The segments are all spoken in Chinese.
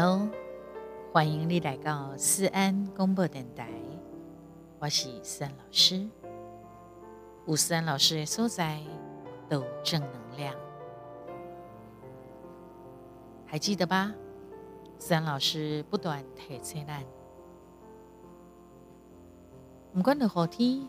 Hello， 欢迎你来到思安广播电台，我是思安老师。有思安老师的所在，都有正能量，还记得吧？思安老师不断提醒咱，不管如何天，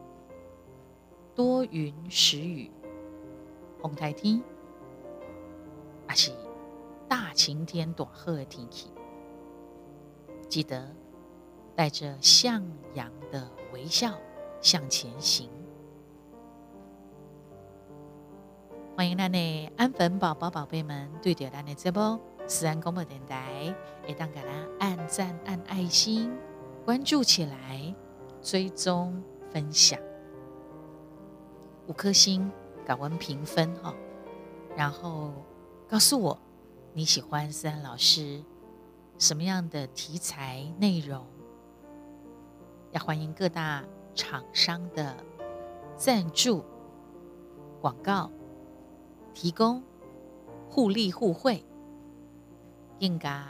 多云时雨，风台天，还是大晴天大好的天气，记得带着向阳的微笑向前行。欢迎咱的安粉宝宝宝贝们对着咱的节目思安广播电台，会当给咱按赞按爱心，关注起来，追踪分享5颗星，给我们评分哈，然后告诉我你喜欢思安老师什么样的题材内容，也欢迎各大厂商的赞助广告提供，互利互惠，更加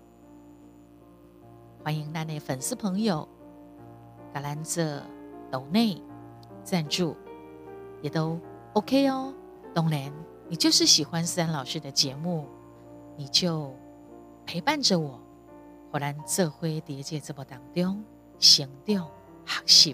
欢迎咱的粉丝朋友给咱做抖内赞助也都 OK 哦。当然你就是喜欢思安老师的节目，你就陪伴着我，和咱做伙在这节目当中成长学习。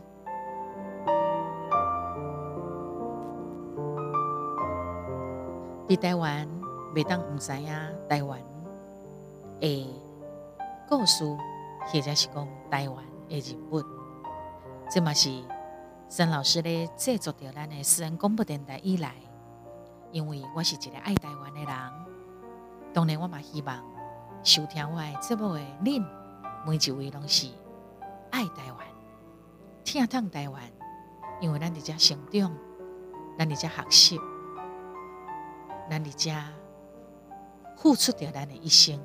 在台湾袂当不知道台湾的故事，或者是讲台湾的人物，这嘛是思安老师咧制作到咱的思安广播电台以来，因为我是一个爱台湾的人，当然我嘛希望收听我的节目的恁每一位拢是爱台湾、听懂台湾，因为咱伫遮成长，咱伫遮学习，咱伫遮付出掉咱的一生。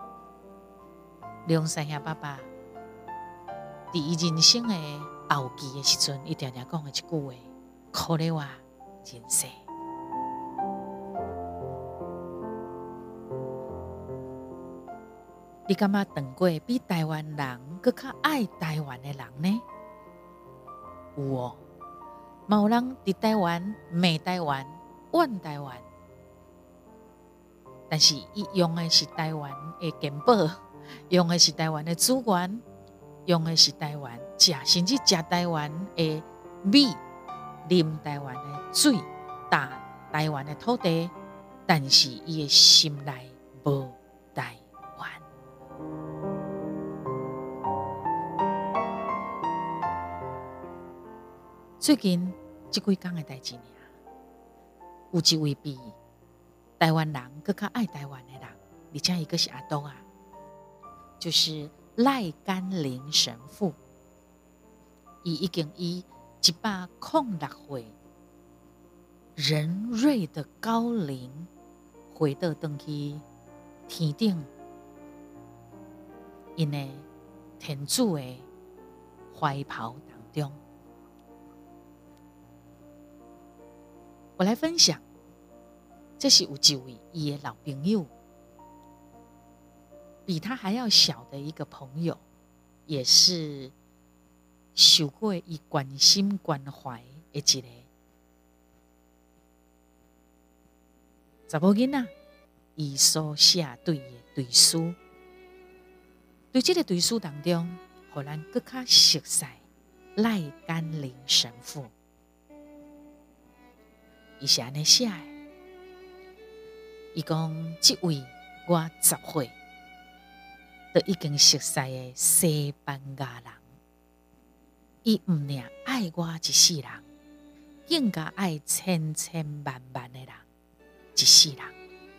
梁山兄爸爸伫伊人生的后期的时阵，伊常常讲的一句话：苦咧话人生。你感觉当过比台湾人更较爱台湾的人呢？有哦，嘛有人伫台湾骂台湾、怨台湾，但是伊用的是台湾的健保，用的是台湾的资源，用的是台湾甚至食台湾的米，啉台湾的水，踏台湾的土地，但是伊的心内无台湾。最近这几天的代志，有一位比台湾人更较爱台湾的人，而且伊个是阿东啊，就是赖甘霖神父。伊已经以106岁人瑞的高龄，回到回去天顶，因的天主的怀抱当中。我来分享，这是有一位伊的老朋友，比他还要小的一个朋友，也是受过伊关心关怀的一个查某囡仔，伊所写对的对书，对这个对书当中，互咱更加熟悉赖甘霖神父。伊是安尼写的，伊讲这位我10岁就已经熟悉的西班牙人，伊唔仅爱我一世人，更加爱千千万万的人一世人。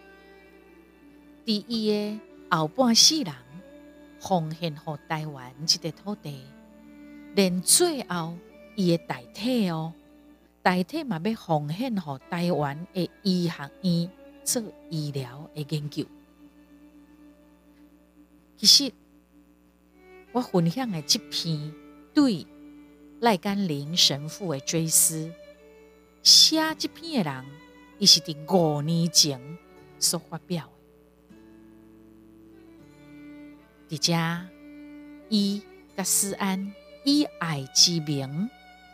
伫伊的后半世人，奉献给台湾这个土地，连最后伊的大体哦。大体嘛要奉献给台湾的医学院做医疗的研究。其实我分享的这篇对赖甘霖神父的追思，写这篇的人，伊是伫5年前所发表的。 伫遮伊甲思安以爱之名，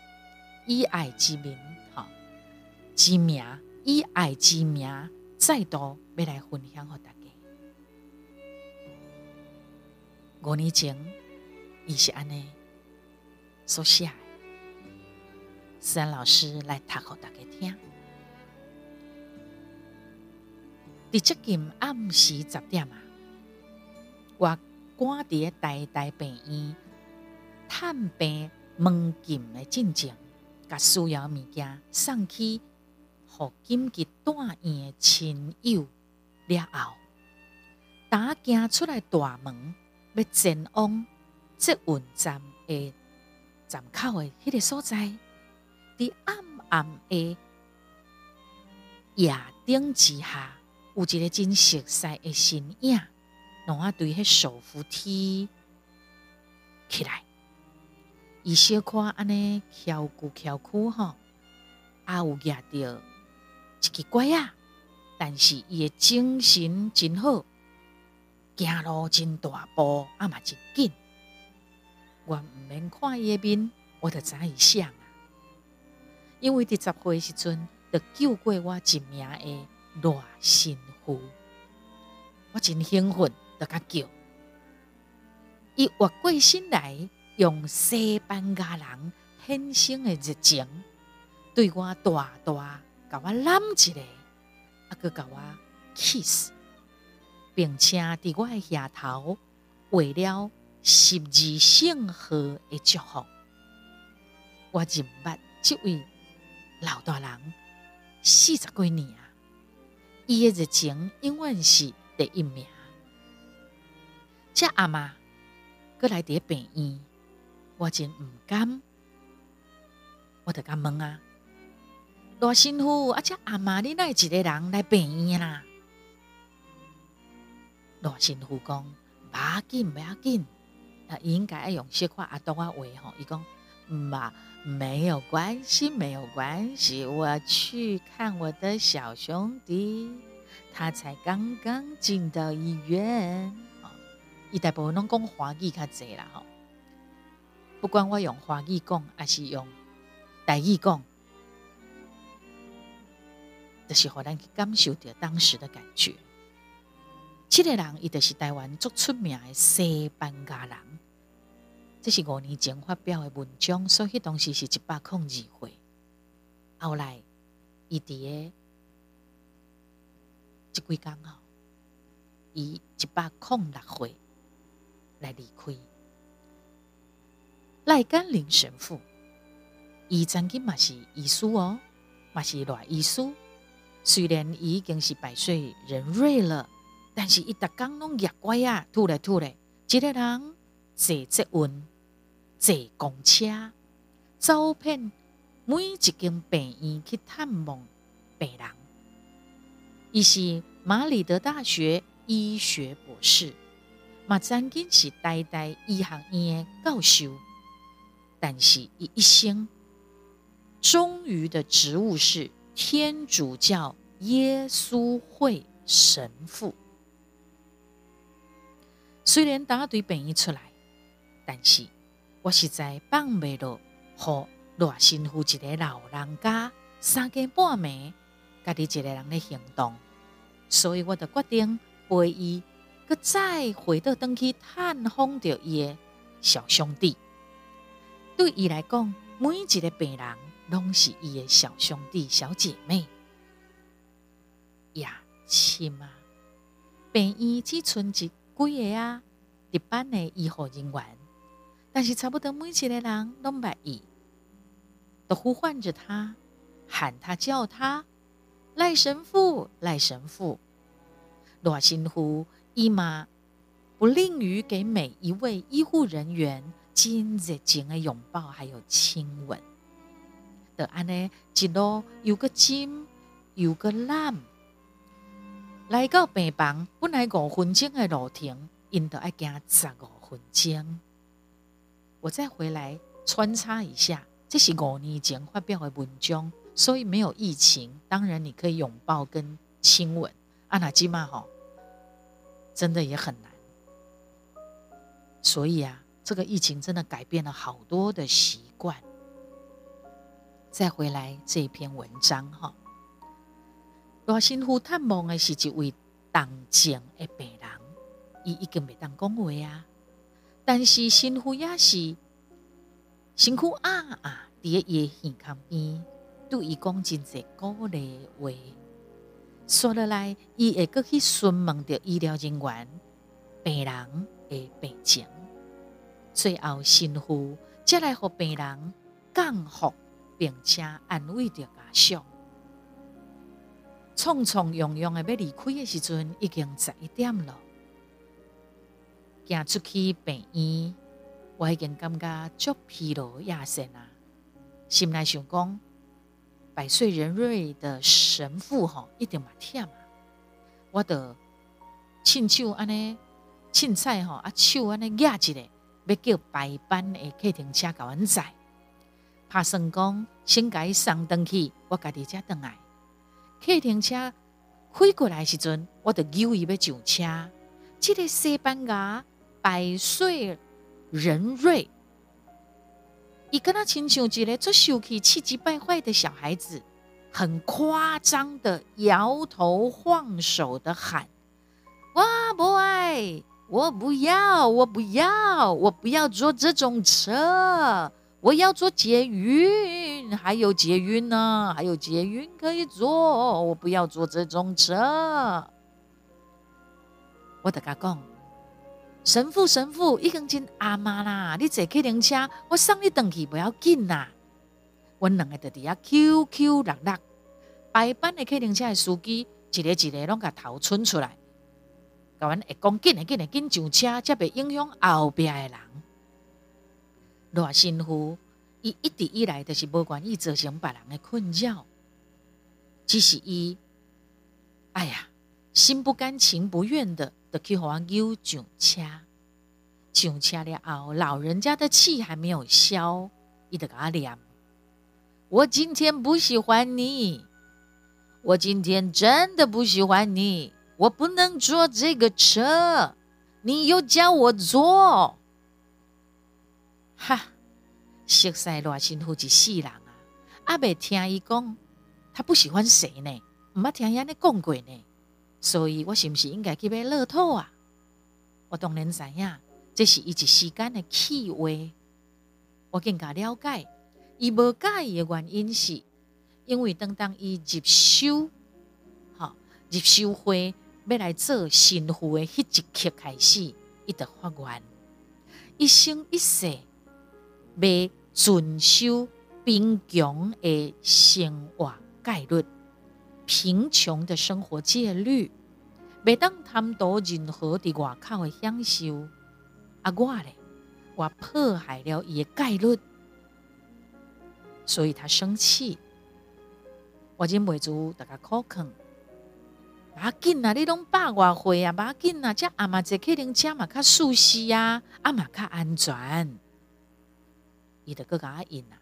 之名，以爱之名，再度要来分享给大家。5年前，伊是安尼所写的，思安老师来读给大家听。伫接近暗时10点我赶伫台大病院探病门禁的进程，甲需要物件送去予紧急住院的亲友了后，当行出来大门，要前往捷运站的站口的迄个所在，伫暗暗的夜灯之下，有一个真熟悉的身影，让我对迄手扶梯起来。伊小可安尼翘躯吼，有举着一支拐仔，但是伊的精神真好，行路真大步，嘛真紧。我毋免看伊的面，我就知伊谁啊。因为伫10岁时阵，就救过我一命的罗新富，我真兴奋，就甲叫。伊活过身来，用西班牙人天生的热情，对我大大甲我揽一下，佮甲我 kiss， 并且伫我的额头画了12星号的祝福。我认捌这位老大人40几年啊，伊的热情永远是第一名。这阿嬷搁来伫病院，我真毋甘，我就甲问啊，大媳妇这阿嬷你哪一个人来病院啦？大媳妇讲不要紧，伊应该爱用小可阿东话吼，伊讲没有关系，我去看我的小兄弟，他才刚刚进到医院。伊大部分拢讲华语较济啦吼，不管我用华语讲还是用台语讲，就是互咱去感受到当时的感觉。这个人伊就是台湾最出名的西班牙人，这是5年前发表的文章，所以当时是102岁。后来伊伫个这几天后，伊106岁来离开。赖甘霖神父，伊曾经嘛是医师哦，嘛是大医师。虽然伊已经是百岁人瑞了，但是伊逐天拢举拐啊，吐来，一个人坐捷运、坐公车，走遍每一间病院去探望病人。伊是马里德大学医学博士，嘛曾经是台大医学院的教授，但是伊一生终于的职务是天主教耶稣会神父。虽然打对病院出来，但是我实在放袂落，予罗新妇一个老人家3更半暝，家己一个人的行动，所以我就决定陪伊，搁再回到回去探访着伊的小兄弟。对伊来讲，每一个病人拢是伊的小兄弟、小姐妹。呀，亲啊，病院只剩几个值班的医护人员，但是差不多每一个人拢捌伊，都呼唤着他，喊他叫他赖神父。罗新妇伊嘛不吝于给每一位医护人员真热情的拥抱，还有亲吻。就安尼一路又个亲又个揽，来到病房本来5分钟的路程，因就要行15分钟。我再回来穿插一下，这是5年前发表的文章，所以没有疫情，当然你可以拥抱跟亲吻。那现在真的也很难。 所以啊，这个疫情真的改变了好多的习惯。再回来这一篇文章哈，大新妇探望的是一位重症的病人，伊已经袂当讲话啊，但是新妇也是辛苦伫咧伊的耳孔边，对伊讲真侪鼓励的话。说落来，伊会阁去询问着医疗人员病人的病情，最后新妇才来互病人降服，并且安慰着家属。匆匆忙忙的要离开的时阵，已经11点了。行出去病院，我已经感觉足疲劳亚身啊，心内想讲，百岁人瑞的神父一定嘛忝啊，我就凊手安尼凊彩手安尼压一下，要叫排班的客停车甲阮载。打算讲先甲伊送回去，我家己才回来。客停车开过来的时阵，我就揪伊要上车。这个西班牙百岁人瑞，伊敢若亲像一个做受气气急败坏的小孩子，很夸张的摇头晃手的喊：“我不爱，我不要，我不要，我不要坐这种车。”我要坐捷运，还有捷运呢，还有捷运可以坐。我不要坐这种车。我就甲讲，神父，已经真暗啊啦！你坐客停车，我送你回去不要紧啦。阮两个就伫遐 QQ 乐乐，排班的客停车的司机一个拢甲头伸出来，甲阮会讲紧上车，才袂影响后壁的人。大新妇，伊一直以来就是无愿意造成别人的困扰，只是伊，心不甘情不愿的，就去互我揪上车。上车了后，老人家的气还没有消，伊就甲我念：我今天不喜欢你，我今天真的不喜欢你，我不能坐这个车，你又叫我坐。哈，熟悉大新妇一世人啊，未听伊讲他不喜欢谁呢？唔捌听伊安尼讲过呢，所以我是不是应该去买乐透啊？我当然知影，这是伊一时间的气话。我更加了解，伊无介意的原因是，因为当伊入修会要来做新妇的迄一刻开始，伊就发愿，一生一世。要遵守贫穷的生活戒律，贫穷的生活戒律，袂当贪图任何伫外口的享受。我破坏了伊的戒律，所以他生气。我忍袂住，大家口劝：无要紧啊，你拢100外岁啊，无要紧啊，这阿嬷坐客停车嘛较舒适啊，嘛较安全。伊就搁甲我应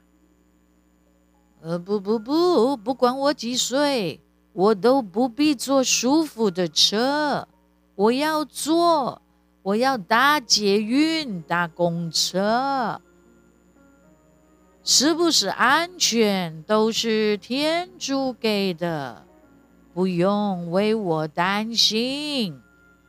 不管我几岁，我都不必坐舒服的车。我要搭捷运、搭公车，是不是安全都是天主给的，不用为我担心。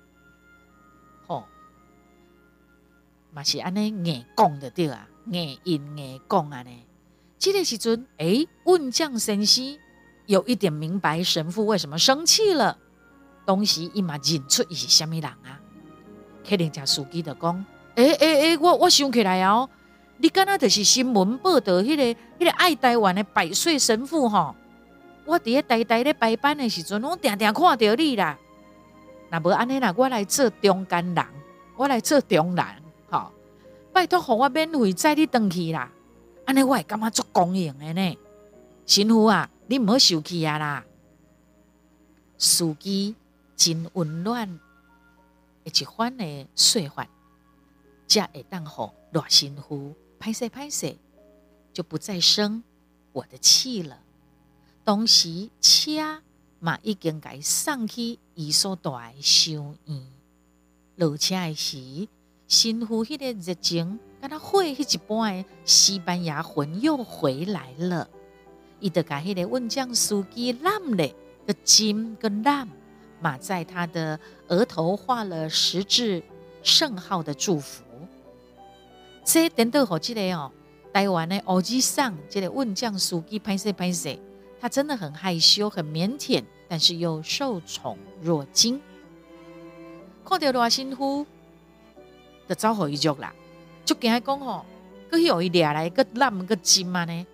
嘛是安尼硬讲就对啊。硬因硬讲啊呢，这个时阵，问将先生有一点明白神父为什么生气了。当时伊嘛认出伊是什么人啊？客人家司机就讲：我想起来哦，你敢若就是新闻报道迄个爱台湾的百岁神父吼。我伫咧台咧排班的时阵，我定定看到你啦。若无安尼啦，我来做中间人，我来做中人，吼。拜托，互我免费载你回去啦！安尼我会感觉足公平的呢。神父啊，你唔好生气啊啦！司机真温暖，一番的说法，才会当互大神父拍摄，就不再生我的气了。当时车嘛已经甲伊送去伊所住的修院，落车的时。 身躯迄个热情，敢若火迄一般的西班牙魂又回来了。伊就把迄个温将司机染咧，个金个染，马在他的额头画了十字圣号的祝福。这等到好这个台湾的欧吉桑，这个温将司机拍摄，他真的很害羞，很腼腆，但是又受宠若惊。看到热身躯，就走互伊足啦，就惊讲佮有伊掠来个染个金嘛呢？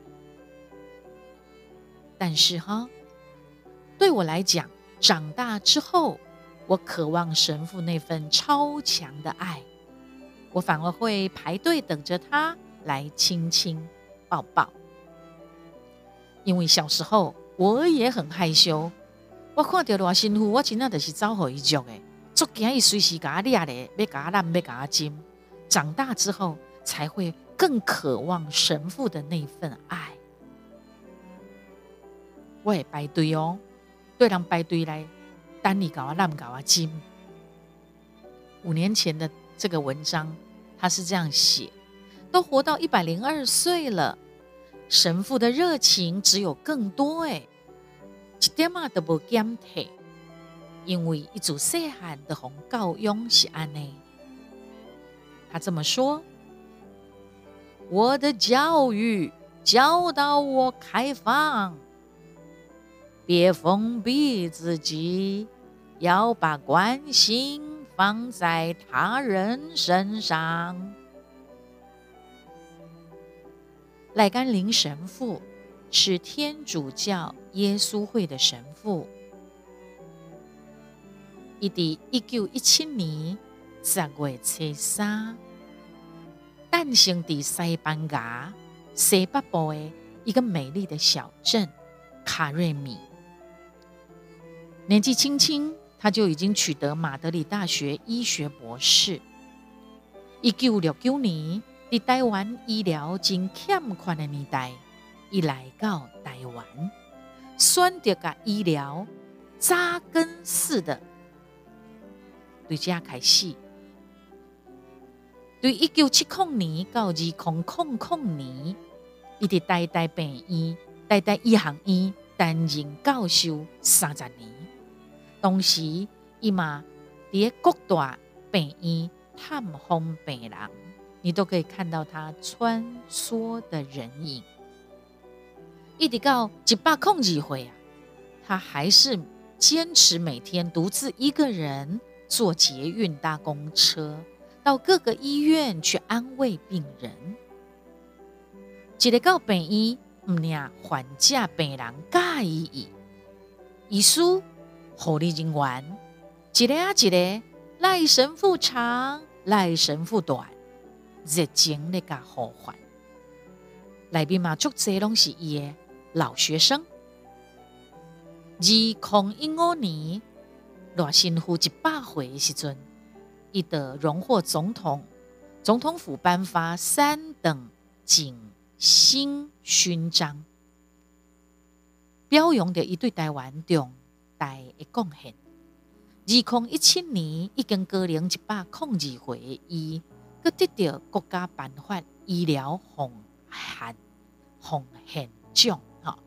但是对我来讲，长大之后，我渴望神父那份超强的爱，我反而会排队等着他来亲亲抱抱。因为小时候我也很害羞，我看到热身躯，我真的就是走互伊足的，足惊伊随时甲我掠咧，要甲我染，要甲我金。长大之后，才会更渴望神父的那份爱。我会排队对人排队来等你甲我染甲我金。5年前的这个文章，他是这样写：都活到102岁了，神父的热情只有更多一点都无减退，因为一自细汉的红教养是安内。他这么说：我的教育教导我开放，别封闭自己，要把关心放在他人身上。赖甘霖神父是天主教耶稣会的神父，伊伫1917年10月初3，诞生伫西班牙西北部的一个美丽的小镇卡瑞米。年纪轻轻，他就已经取得马德里大学医学博士。1969年，伫台湾医疗真欠缺的年代，伊来到台湾，选择把医疗扎根式的对这开始。对1970年到2000年，伊伫台大病院、台大医学院担任教授30年。同时，伊嘛伫各大病院探访病人，你都可以看到他穿梭的人影。一直到102岁他还是坚持每天独自一个人坐捷运搭公车，到各个医院去安慰病人。一个到病院，不领患者病人介意伊，医师、护理人员，一个一个赖神父长，赖神父短，热情的甲呼唤。内面嘛足侪拢是伊的老学生。2015年，热身躯100岁的时阵，伊得荣获总统府颁发3等景星勋章，表扬着伊对台湾重大的贡献。2017年，已经高龄102岁的伊，佮得到国家颁发医疗奉献奖，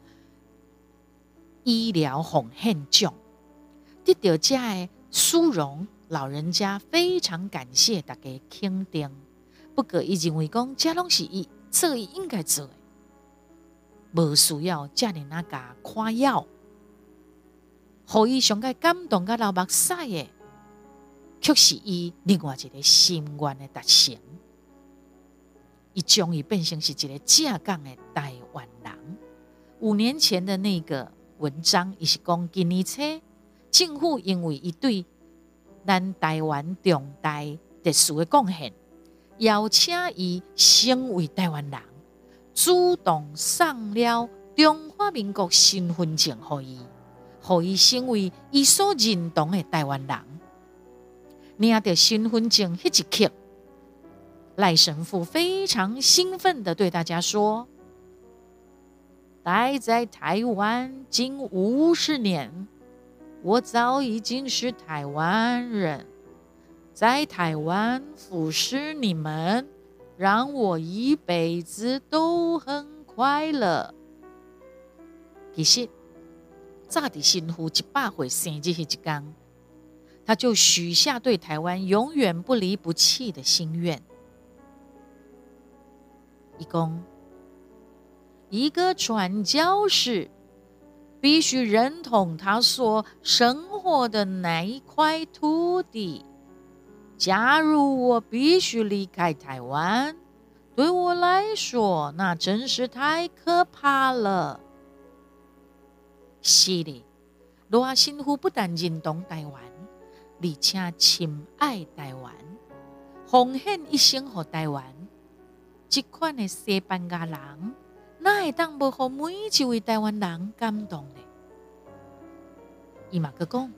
医疗奉献奖，得到这的殊荣，老人家非常感谢大家肯定。不过，伊认为讲，这拢是伊做伊应该做的，无需要这样那个夸耀。互伊上个感动甲流目屎的，却是伊另外一个心愿的达成。伊将伊变成是一个正港的台湾人。5年前的那个文章，伊是讲今年初政府因为伊对咱台湾重大特殊的贡献，邀请伊成为台湾人，主动送了中华民国身份证予伊，予伊成为伊所认同的台湾人。拿到身份证迄一刻，赖神父非常兴奋地对大家说：“待在台湾近50年，我早已经是台湾人。 在台湾服侍你们，让我一辈子都很快乐。其实，早伫新妇100岁生日迄一天，他就许下对台湾永远不离不弃的心愿。伊讲，一个传教士必须认同他所生活的那一块土地。假如我必须离开台湾，对我来说，那真是太可怕了。是的，罗新妇不但认同台湾，而且深爱台湾，奉献一生给台湾。这款的西班牙人，哪会当无予每一位台湾人感动呢？伊嘛阁讲，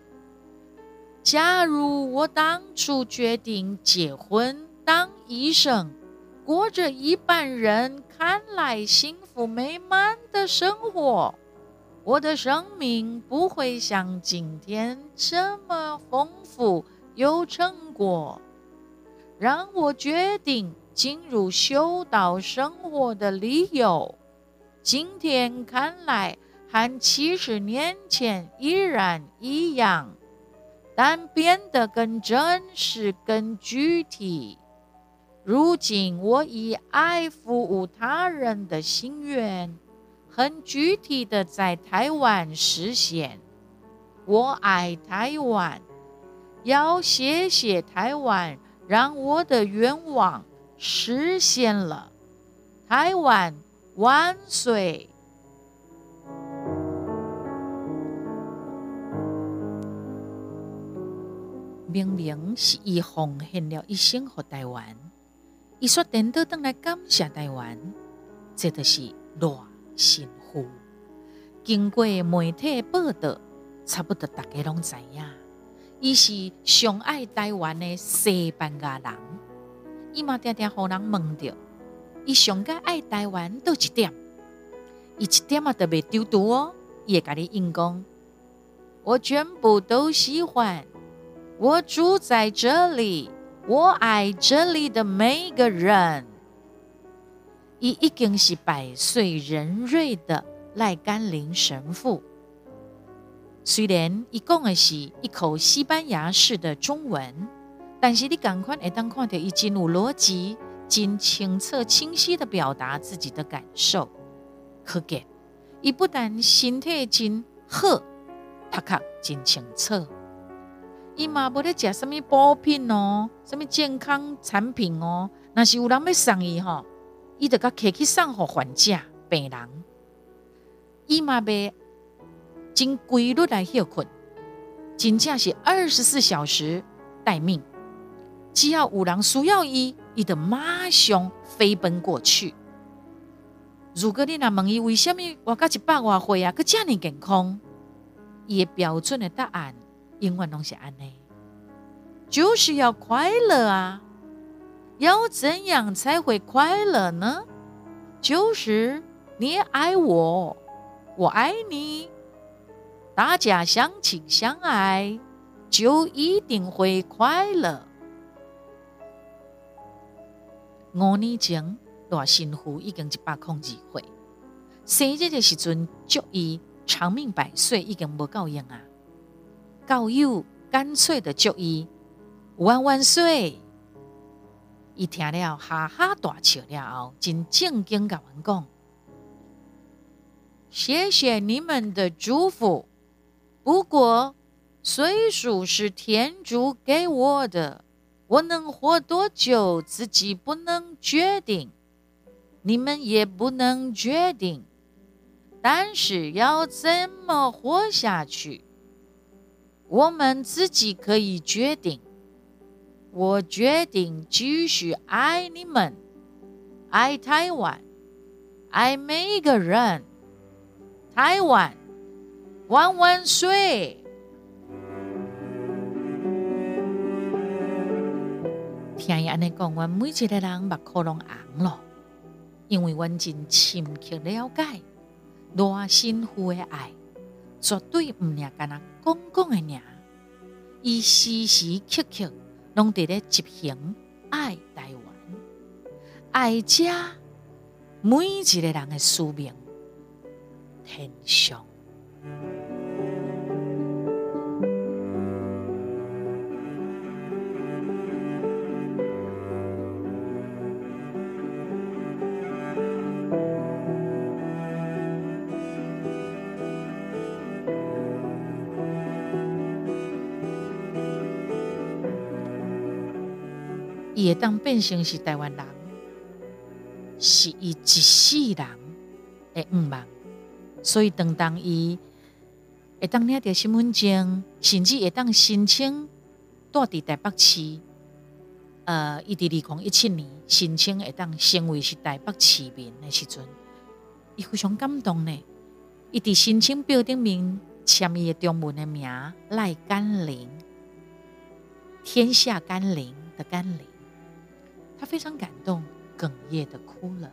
假如我当初决定结婚当医生，过着一般人看来幸福美满的生活，我的生命不会像今天这么丰富有成果。让我决定进入修道生活的理由，今天看来和70年前依然一样，但变得更真实、更具体。如今我以爱服务他人的心愿，很具体的在台湾实现。我爱台湾，要谢谢台湾，让我的愿望实现了。台湾万岁！明明是伊奉献了一生给台湾，伊说颠倒回来感谢台湾，这就是罗新妇。经过媒体报道，差不多大家拢知影，伊是上爱台湾的西班牙人。伊嘛常常互人问着，伊上较爱台湾倒一点？伊一点都袂丢丢哦，伊会甲你应讲，我全部都喜欢。我住在这里，我爱这里的每个人。伊已经是100岁人瑞的赖甘霖神父。虽然伊讲的是一口西班牙式的中文，但是你同款会当看到伊真有逻辑、真清澈清晰的表达自己的感受。可见，伊不但身体真好，读壳真清澈。伊嘛无咧食什么补品哦，什么健康产品哦。若是有人要送伊吼，伊就甲摕去送给患者、病人。伊嘛袂真规律来休困，真正是24小时待命。只要有人需要伊，伊就马上飞奔过去。如果你若问伊为什么活到100多岁啊，佮这么健康，伊的标准的答案永远拢是安尼，就是要快乐啊！要怎样才会快乐呢？就是你爱我，我爱你，大家相亲相爱，就一定会快乐。5年前，罗新妇已经102岁，生日的时阵，祝伊长命100岁已经无够用啊！教友干脆的祝伊万万岁！伊听了哈哈大笑了后，真正经甲阮讲：谢谢你们的祝福，不过岁数是天主给我的，我能活多久自己不能决定，你们也不能决定，但是要怎么活下去，我们自己可以决定。我决定继续爱你们，爱台湾，爱每一个人。台湾万万岁！听伊安尼讲，阮每一个人目眶拢红了，因为阮真深刻了解罗新妇的爱，绝对毋是干那讲讲的尔，伊时时刻刻拢伫咧执行爱台湾，爱遮每一个人的使命天上。伊会当变成是台湾人，是伊一世人的愿望。所以当伊会当领到身份证，甚至会当申请住伫台北市。伊伫2017年申请会当成为是台北市民的时阵，伊非常感动呢。伊伫申请表顶面签伊的中文的名赖甘霖，天下甘霖的甘霖。他非常感动，哽咽的哭了。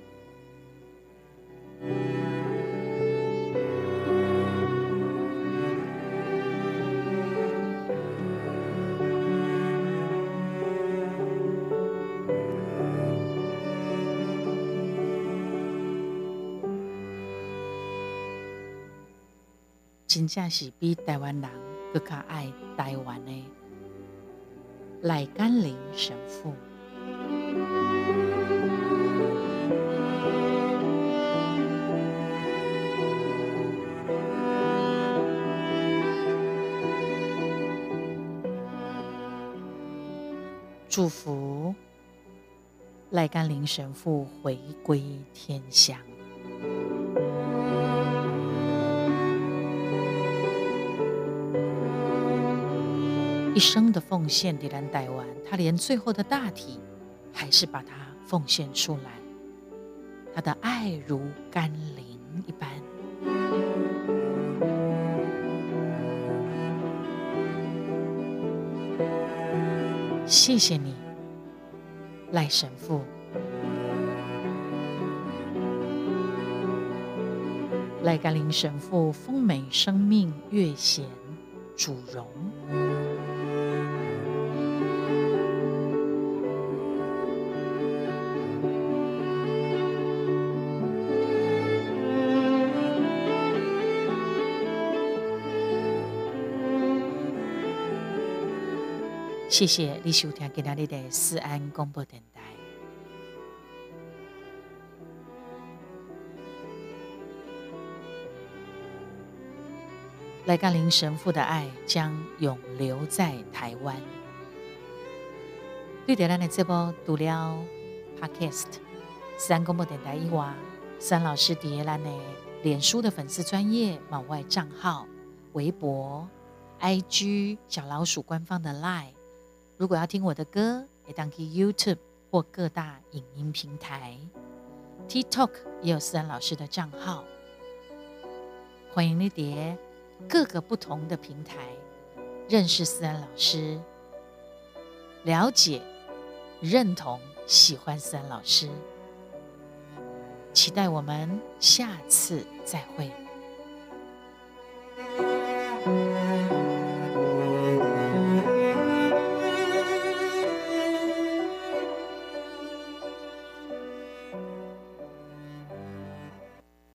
真正是比台湾人更加爱台湾的赖甘霖神父。祝福赖甘霖神父回归天乡。一生的奉献给咱台湾，他连最后的大体还是把它奉献出来，他的爱如甘霖一般。谢谢你，赖神父。赖甘霖神父丰美生命，越显主荣。谢谢你收听今天的思安广播电台。赖甘霖神父的爱将永留在台湾。对着咱的节目除了 Podcast 思安广播电台以外，思安老师伫咱的脸书的粉丝专页、网外账号、微博、IG 小老鼠官方的 Line。如果要听我的歌，也当去 YouTube 或各大影音平台。TikTok 也有思安老师的账号，欢迎你伫各个不同的平台认识思安老师，了解、认同、喜欢思安老师。期待我们下次再会。